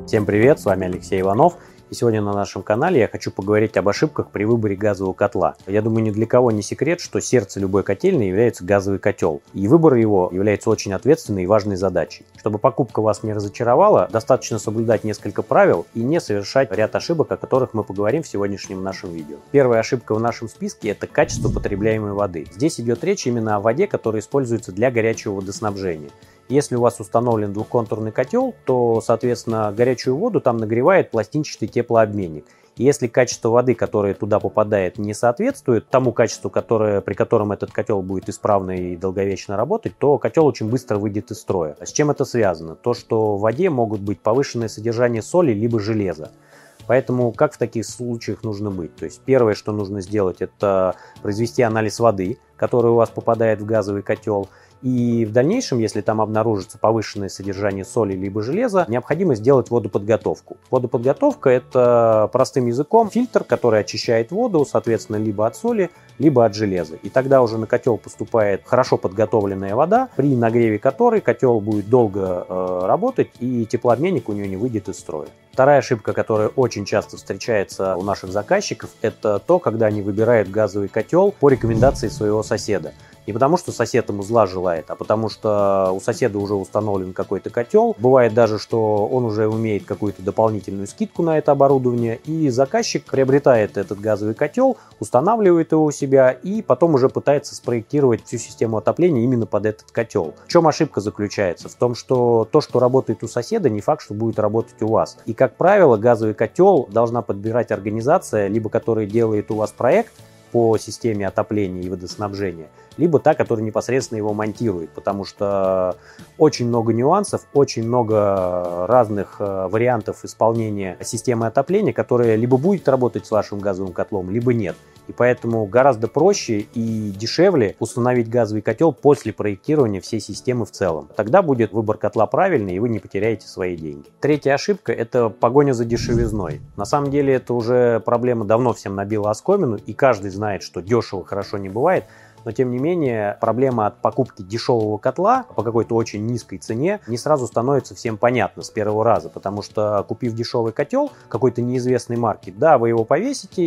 Всем привет, с вами Алексей Иванов. И сегодня на нашем канале я хочу поговорить об ошибках при выборе газового котла. Я думаю, ни для кого не секрет, что сердце любой котельной является газовый котел. И выбор его является очень ответственной и важной задачей. Чтобы покупка вас не разочаровала, достаточно соблюдать несколько правил и не совершать ряд ошибок, о которых мы поговорим в сегодняшнем нашем видео. Первая ошибка в нашем списке – это качество потребляемой воды. Здесь идет речь именно о воде, которая используется для горячего водоснабжения. Если у вас установлен двухконтурный котел, то, соответственно, горячую воду там нагревает пластинчатый теплообменник. И если качество воды, которое туда попадает, не соответствует тому качеству, при котором этот котел будет исправно и долговечно работать, то котел очень быстро выйдет из строя. С чем это связано? То, что в воде могут быть повышенное содержание соли либо железа. Поэтому как в таких случаях нужно быть? То есть первое, что нужно сделать, это произвести анализ воды, которая у вас попадает в газовый котел. И в дальнейшем, если там обнаружится повышенное содержание соли либо железа, необходимо сделать водоподготовку. Водоподготовка – это простым языком фильтр, который очищает воду, соответственно, либо от соли, либо от железа. И тогда уже на котел поступает хорошо подготовленная вода, при нагреве которой котел будет долго работать и теплообменник у него не выйдет из строя. Вторая ошибка, которая очень часто встречается у наших заказчиков, это то, когда они выбирают газовый котел по рекомендации своего соседа. Не потому, что сосед ему зла желает, а потому что у соседа уже установлен какой-то котел. Бывает даже, что он уже умеет какую-то дополнительную скидку на это оборудование, и заказчик приобретает этот газовый котел, устанавливает его у себя и потом уже пытается спроектировать всю систему отопления именно под этот котел. В чем ошибка заключается? В том, что то, что работает у соседа, не факт, что будет работать у вас. И, как правило, газовый котел должна подбирать организация, либо которая делает у вас проект по системе отопления и водоснабжения, либо та, которая непосредственно его монтирует, потому что очень много нюансов, очень много разных вариантов исполнения системы отопления, которая либо будет работать с вашим газовым котлом, либо нет. И поэтому гораздо проще и дешевле установить газовый котел после проектирования всей системы в целом. Тогда будет выбор котла правильный, и вы не потеряете свои деньги. Третья ошибка – это погоня за дешевизной. На самом деле это уже проблема давно всем набила оскомину, и каждый знает, что дешево хорошо не бывает. Но, тем не менее, проблема от покупки дешевого котла по какой-то очень низкой цене не сразу становится всем понятна с первого раза, потому что, купив дешевый котел какой-то неизвестной марки, да, вы его повесите,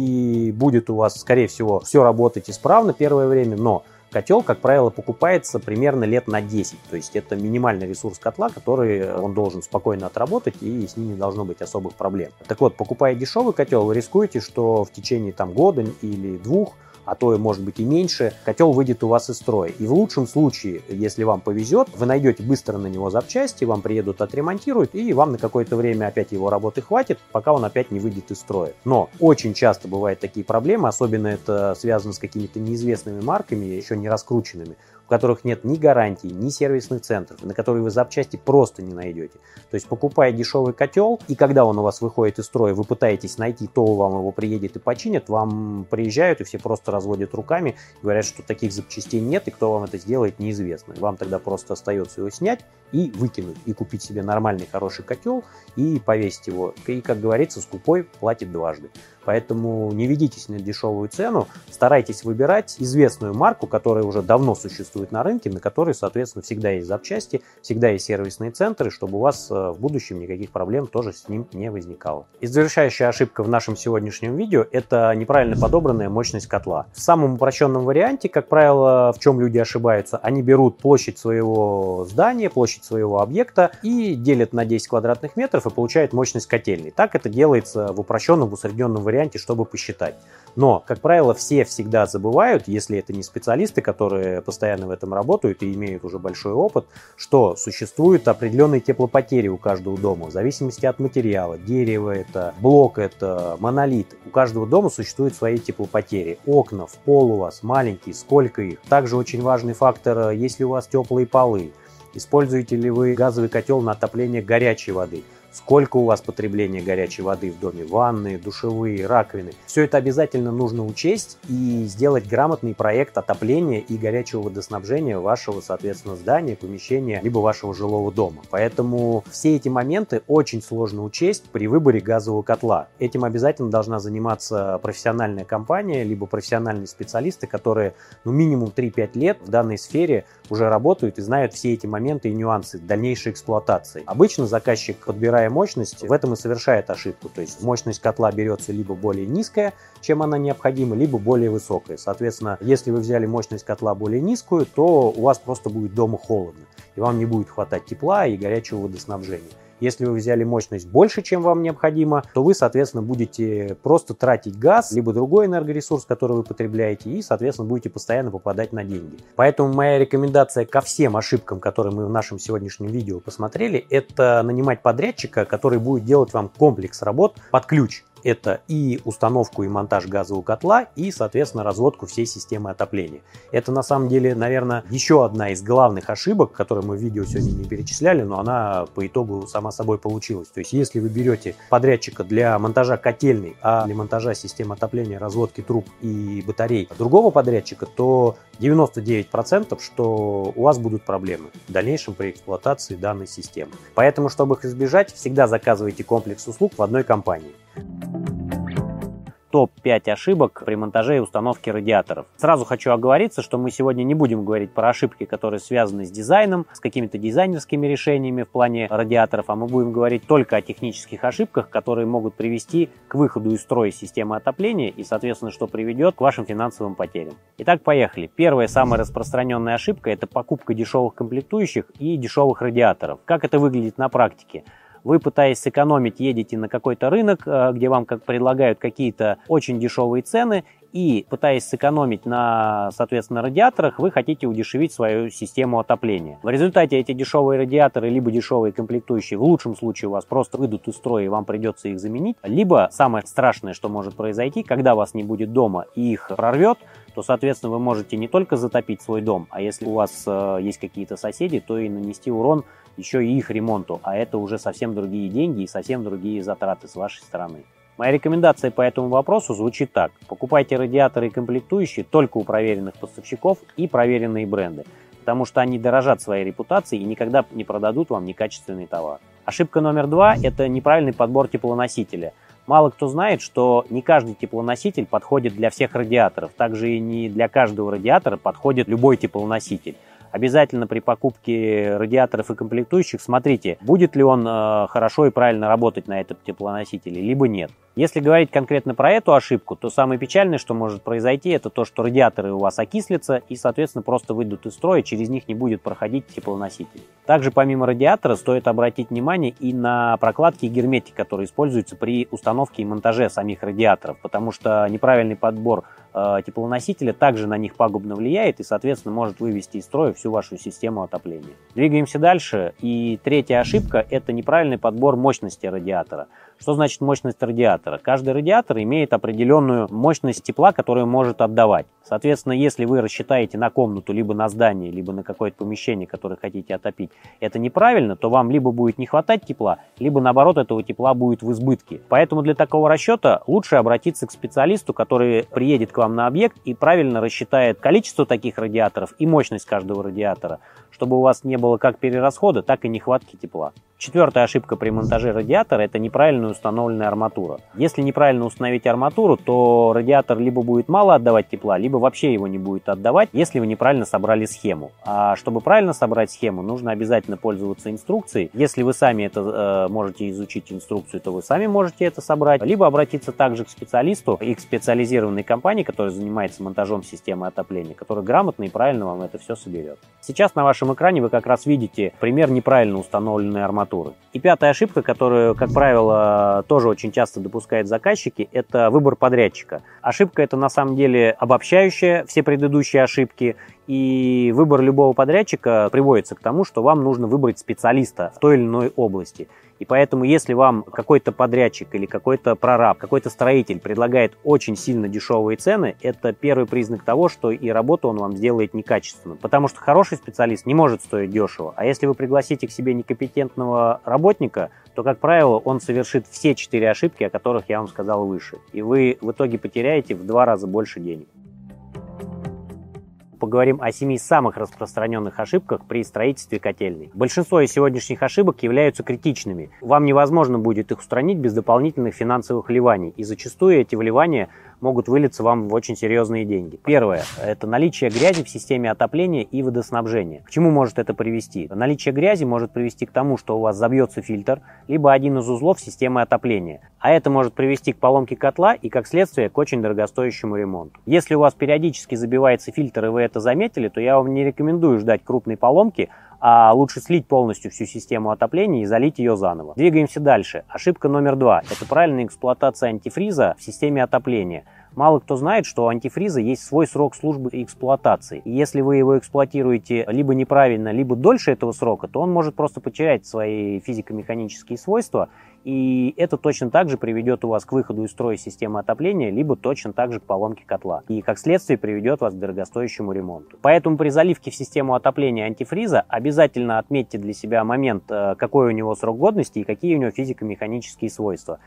и будет у вас, скорее всего, все работать исправно первое время, но котел, как правило, покупается примерно лет на 10, то есть это минимальный ресурс котла, который он должен спокойно отработать, и с ним не должно быть особых проблем. Так вот, покупая дешевый котел, вы рискуете, что в течение года или двух, а то и может быть и меньше, котел выйдет у вас из строя. И в лучшем случае, если вам повезет, вы найдете быстро на него запчасти, вам приедут, отремонтируют, и вам на какое-то время опять его работы хватит, пока он опять не выйдет из строя. Но очень часто бывают такие проблемы, особенно это связано с какими-то неизвестными марками, еще не раскрученными, у которых нет ни гарантий, ни сервисных центров, на которые вы запчасти просто не найдете. То есть, покупая дешевый котел, и когда он у вас выходит из строя, вы пытаетесь найти, то вам его приедет и починит, вам приезжают и все просто разводят руками, говорят, что таких запчастей нет, и кто вам это сделает, неизвестно. Вам тогда просто остается его снять и выкинуть, и купить себе нормальный хороший котел, и повесить его. И, как говорится, скупой платит дважды. Поэтому не ведитесь на дешевую цену, старайтесь выбирать известную марку, которая уже давно существует на рынке, на которой, соответственно, всегда есть запчасти, всегда есть сервисные центры, чтобы у вас в будущем никаких проблем тоже с ним не возникало. И завершающая ошибка в нашем сегодняшнем видео – это неправильно подобранная мощность котла. В самом упрощенном варианте, как правило, в чем люди ошибаются, они берут площадь своего здания, площадь своего объекта и делят на 10 квадратных метров и получают мощность котельной. Так это делается в упрощенном, в усредненном варианте, чтобы посчитать. Но, как правило, все всегда забывают, если это не специалисты, которые постоянно в этом работают и имеют уже большой опыт, что существуют определенные теплопотери у каждого дома, в зависимости от материала. Дерево это, блок это, монолит. У каждого дома существуют свои теплопотери. Окна, в пол у вас маленькие, сколько их. Также очень важный фактор, есть ли у вас теплые полы. Используете ли вы газовый котел на отопление горячей воды? Сколько у вас потребления горячей воды в доме, ванны, душевые, раковины. Все это обязательно нужно учесть и сделать грамотный проект отопления и горячего водоснабжения вашего, соответственно, здания, помещения, либо вашего жилого дома. Поэтому все эти моменты очень сложно учесть при выборе газового котла. Этим обязательно должна заниматься профессиональная компания, либо профессиональные специалисты, которые минимум 3-5 лет в данной сфере уже работают и знают все эти моменты и нюансы дальнейшей эксплуатации. Обычно заказчик, подбирая большая мощность в этом и совершает ошибку. То есть мощность котла берется либо более низкая, чем она необходима, либо более высокая. Соответственно, если вы взяли мощность котла более низкую, то у вас просто будет дома холодно, и вам не будет хватать тепла и горячего водоснабжения. Если вы взяли мощность больше, чем вам необходимо, то вы, соответственно, будете просто тратить газ, либо другой энергоресурс, который вы потребляете, и, соответственно, будете постоянно попадать на деньги. Поэтому моя рекомендация ко всем ошибкам, которые мы в нашем сегодняшнем видео посмотрели, это нанимать подрядчика, который будет делать вам комплекс работ под ключ. Это и установку и монтаж газового котла, и, соответственно, разводку всей системы отопления. Это, на самом деле, наверное, еще одна из главных ошибок, которые мы в видео сегодня не перечисляли, но она по итогу сама собой получилась. То есть, если вы берете подрядчика для монтажа котельной, а для монтажа системы отопления, разводки труб и батарей другого подрядчика, то 99%, что у вас будут проблемы в дальнейшем при эксплуатации данной системы. Поэтому, чтобы их избежать, всегда заказывайте комплекс услуг в одной компании. Топ-5 ошибок при монтаже и установке радиаторов. Сразу хочу оговориться, что мы сегодня не будем говорить про ошибки, которые связаны с дизайном, с какими-то дизайнерскими решениями в плане радиаторов, а мы будем говорить только о технических ошибках, которые могут привести к выходу из строя системы отопления и, соответственно, что приведет к вашим финансовым потерям. Итак, поехали. Первая, самая распространенная ошибка – это покупка дешевых комплектующих и дешевых радиаторов. Как это выглядит на практике? Вы, пытаясь сэкономить, едете на какой-то рынок, где вам предлагают какие-то очень дешевые цены, и пытаясь сэкономить на, соответственно, радиаторах, вы хотите удешевить свою систему отопления. В результате эти дешевые радиаторы, либо дешевые комплектующие, в лучшем случае у вас просто выйдут из строя и вам придется их заменить, либо самое страшное, что может произойти, когда вас не будет дома и их прорвет, то, соответственно, вы можете не только затопить свой дом, а если у вас есть какие-то соседи, то и нанести урон еще и их ремонту, а это уже совсем другие деньги и совсем другие затраты с вашей стороны. Моя рекомендация по этому вопросу звучит так. Покупайте радиаторы и комплектующие только у проверенных поставщиков и проверенные бренды, потому что они дорожат своей репутацией и никогда не продадут вам некачественный товар. Ошибка номер 2 – это неправильный подбор теплоносителя. Мало кто знает, что не каждый теплоноситель подходит для всех радиаторов, также и не для каждого радиатора подходит любой теплоноситель. Обязательно при покупке радиаторов и комплектующих смотрите, будет ли он хорошо и правильно работать на этом теплоносителе, либо нет. Если говорить конкретно про эту ошибку, то самое печальное, что может произойти, это то, что радиаторы у вас окислятся и, соответственно, просто выйдут из строя, через них не будет проходить теплоноситель. Также помимо радиатора стоит обратить внимание и на прокладки и герметик, которые используются при установке и монтаже самих радиаторов, потому что неправильный подбор теплоносителя также на них пагубно влияет и, соответственно, может вывести из строя всю вашу систему отопления. Двигаемся дальше. И третья ошибка – это неправильный подбор мощности радиатора. Что значит мощность радиатора? Каждый радиатор имеет определенную мощность тепла, которую может отдавать. Соответственно, если вы рассчитаете на комнату, либо на здание, либо на какое-то помещение, которое хотите отопить, это неправильно, то вам либо будет не хватать тепла, либо наоборот этого тепла будет в избытке. Поэтому для такого расчета лучше обратиться к специалисту, который приедет к вам на объект и правильно рассчитает количество таких радиаторов и мощность каждого радиатора, чтобы у вас не было как перерасхода, так и нехватки тепла. Четвертая ошибка при монтаже радиатора – это неправильно установленная арматура. Если неправильно установить арматуру, то радиатор либо будет мало отдавать тепла, либо вообще его не будет отдавать, если вы неправильно собрали схему. А чтобы правильно собрать схему, нужно обязательно пользоваться инструкцией. Если вы сами это можете изучить инструкцию, то вы сами можете это собрать, либо обратиться также к специалисту и к специализированной компании, которая занимается монтажом системы отопления, которая грамотно и правильно вам это все соберет. Сейчас на вашем экране вы как раз видите пример неправильно установленной арматуры. И пятая ошибка, которую, как правило, тоже очень часто допускают заказчики, это выбор подрядчика. Ошибка это на самом деле обобщающая все предыдущие ошибки, и выбор любого подрядчика приводится к тому, что вам нужно выбрать специалиста в той или иной области. И поэтому, если вам какой-то подрядчик или какой-то прораб, какой-то строитель предлагает очень сильно дешевые цены, это первый признак того, что и работу он вам сделает некачественно. Потому что хороший специалист не может стоить дешево. А если вы пригласите к себе некомпетентного работника, то, как правило, он совершит все 4 ошибки, о которых я вам сказал выше. И вы в итоге потеряете в 2 раза больше денег. Поговорим о 7 самых распространенных ошибках при строительстве котельной. Большинство из сегодняшних ошибок являются критичными. Вам невозможно будет их устранить без дополнительных финансовых вливаний. И зачастую эти вливания могут вылиться вам в очень серьезные деньги. Первое – это наличие грязи в системе отопления и водоснабжения. К чему может это привести? Наличие грязи может привести к тому, что у вас забьется фильтр, либо один из узлов системы отопления. А это может привести к поломке котла и, как следствие, к очень дорогостоящему ремонту. Если у вас периодически забивается фильтр и вы это заметили, то я вам не рекомендую ждать крупной поломки, а лучше слить полностью всю систему отопления и залить ее заново. Двигаемся дальше. Ошибка номер 2 – это правильная эксплуатация антифриза в системе отопления. Мало кто знает, что у антифриза есть свой срок службы и эксплуатации. И если вы его эксплуатируете либо неправильно, либо дольше этого срока, то он может просто потерять свои физико-механические свойства, и это точно так же приведет у вас к выходу из строя системы отопления, либо точно так же к поломке котла. И как следствие приведет вас к дорогостоящему ремонту. Поэтому при заливке в систему отопления антифриза обязательно отметьте для себя момент, какой у него срок годности и какие у него физико-механические свойства.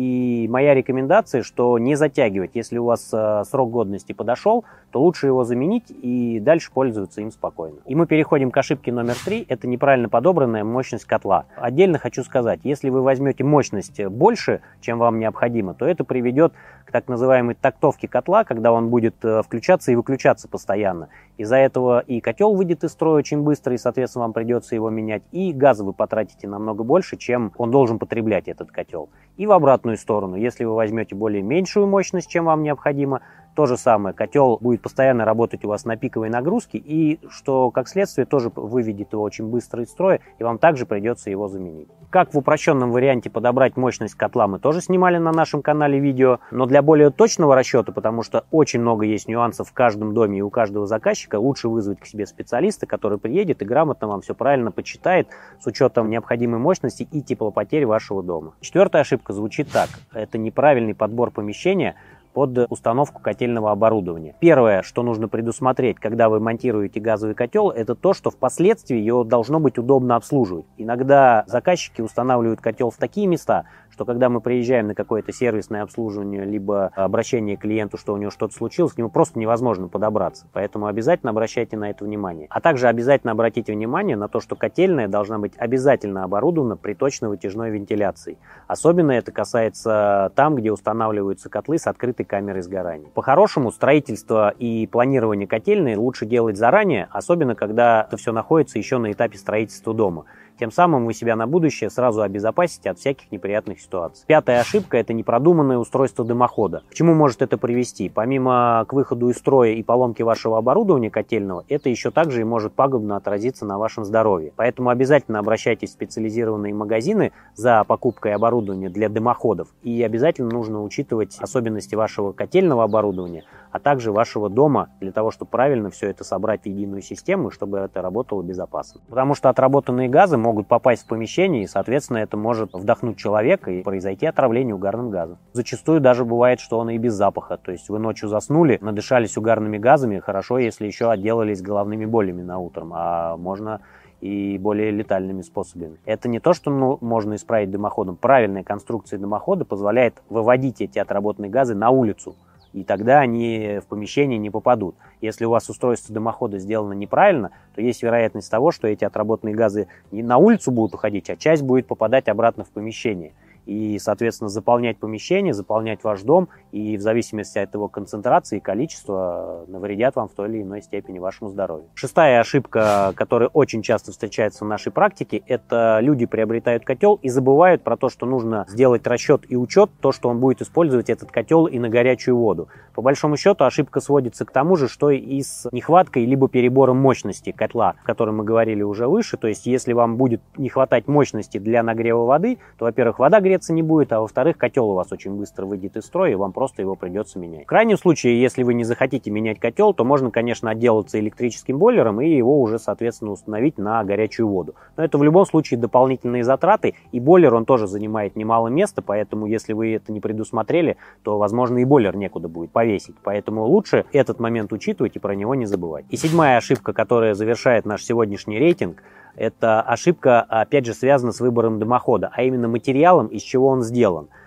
И моя рекомендация, что не затягивать. Если у вас срок годности подошел, то лучше его заменить и дальше пользоваться им спокойно. И мы переходим к ошибке номер 3. Это неправильно подобранная мощность котла. Отдельно хочу сказать, если вы возьмете мощность больше, чем вам необходимо, то это приведет к так называемой тактовке котла, когда он будет включаться и выключаться постоянно. Из-за этого и котел выйдет из строя очень быстро, и, соответственно, вам придется его менять, и газа вы потратите намного больше, чем он должен потреблять, этот котел. И в обратную сторону, если вы возьмете более меньшую мощность, чем вам необходимо, то же самое, котел будет постоянно работать у вас на пиковой нагрузке, и что, как следствие, тоже выведет его очень быстро из строя, и вам также придется его заменить. Как в упрощенном варианте подобрать мощность котла, мы тоже снимали на нашем канале видео, но для более точного расчета, потому что очень много есть нюансов в каждом доме и у каждого заказчика, лучше вызвать к себе специалиста, который приедет и грамотно вам все правильно подсчитает с учетом необходимой мощности и теплопотери вашего дома. Четвертая ошибка звучит так. Это неправильный подбор помещения под установку котельного оборудования. Первое, что нужно предусмотреть, когда вы монтируете газовый котел, это то, что впоследствии его должно быть удобно обслуживать. Иногда заказчики устанавливают котел в такие места, что когда мы приезжаем на какое-то сервисное обслуживание, либо обращение к клиенту, что у него что-то случилось, к нему просто невозможно подобраться. Поэтому обязательно обращайте на это внимание. А также обязательно обратите внимание на то, что котельная должна быть обязательно оборудована приточно-вытяжной вентиляцией. Особенно это касается там, где устанавливаются котлы с открытой камерой сгорания. По-хорошему, строительство и планирование котельной лучше делать заранее, особенно когда это все находится еще на этапе строительства дома. Тем самым вы себя на будущее сразу обезопасите от всяких неприятных ситуаций. Пятая ошибка – это непродуманное устройство дымохода. К чему может это привести? Помимо к выходу из строя и поломки вашего оборудования котельного, это еще также и может пагубно отразиться на вашем здоровье. Поэтому обязательно обращайтесь в специализированные магазины за покупкой оборудования для дымоходов. И обязательно нужно учитывать особенности вашего котельного оборудования, а также вашего дома, для того, чтобы правильно все это собрать в единую систему, и чтобы это работало безопасно. Потому что отработанные газы могут попасть в помещение, и, соответственно, это может вдохнуть человека и произойти отравление угарным газом. Зачастую даже бывает, что он и без запаха. То есть вы ночью заснули, надышались угарными газами, хорошо, если еще отделались головными болями на утром, а можно и более летальными способами. Это не то, что можно исправить дымоходом. Правильная конструкция дымохода позволяет выводить эти отработанные газы на улицу, и тогда они в помещение не попадут. Если у вас устройство дымохода сделано неправильно, то есть вероятность того, что эти отработанные газы не на улицу будут уходить, а часть будет попадать обратно в помещение. И, соответственно, заполнять помещение, заполнять ваш дом, и в зависимости от его концентрации и количества навредят вам в той или иной степени вашему здоровью. Шестая ошибка, которая очень часто встречается в нашей практике, это люди приобретают котел и забывают про то, что нужно сделать расчет и учет, то, что он будет использовать этот котел и на горячую воду. По большому счету ошибка сводится к тому же, что и с нехваткой либо перебором мощности котла, о котором мы говорили уже выше. То есть, если вам будет не хватать мощности для нагрева воды, то, во-первых, вода греется не будет, а во-вторых, котел у вас очень быстро выйдет из строя, и вам просто его придется менять. В крайнем случае, если вы не захотите менять котел, то можно, конечно, отделаться электрическим бойлером и его уже, соответственно, установить на горячую воду. Но это в любом случае дополнительные затраты, и бойлер, он тоже занимает немало места, поэтому если вы это не предусмотрели, то, возможно, и бойлер некуда будет повесить. Поэтому лучше этот момент учитывать и про него не забывать. И седьмая ошибка, которая завершает наш сегодняшний рейтинг, это ошибка, опять же, связана с выбором дымохода, а именно материалом, из чего он сделан.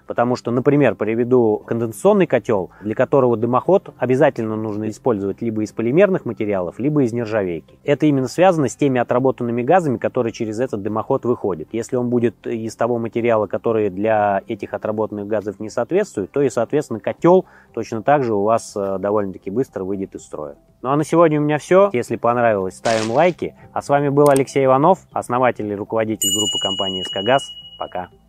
Потому что, например, приведу конденсационный котел, для которого дымоход обязательно нужно использовать либо из полимерных материалов, либо из нержавейки. Это именно связано с теми отработанными газами, которые через этот дымоход выходят. Если он будет из того материала, который для этих отработанных газов не соответствует, то и, соответственно, котел точно так же у вас довольно-таки быстро выйдет из строя. Ну а на сегодня у меня все. Если понравилось, ставим лайки. А с вами был Алексей Иванов, основатель и руководитель группы компании СК Газ. Пока.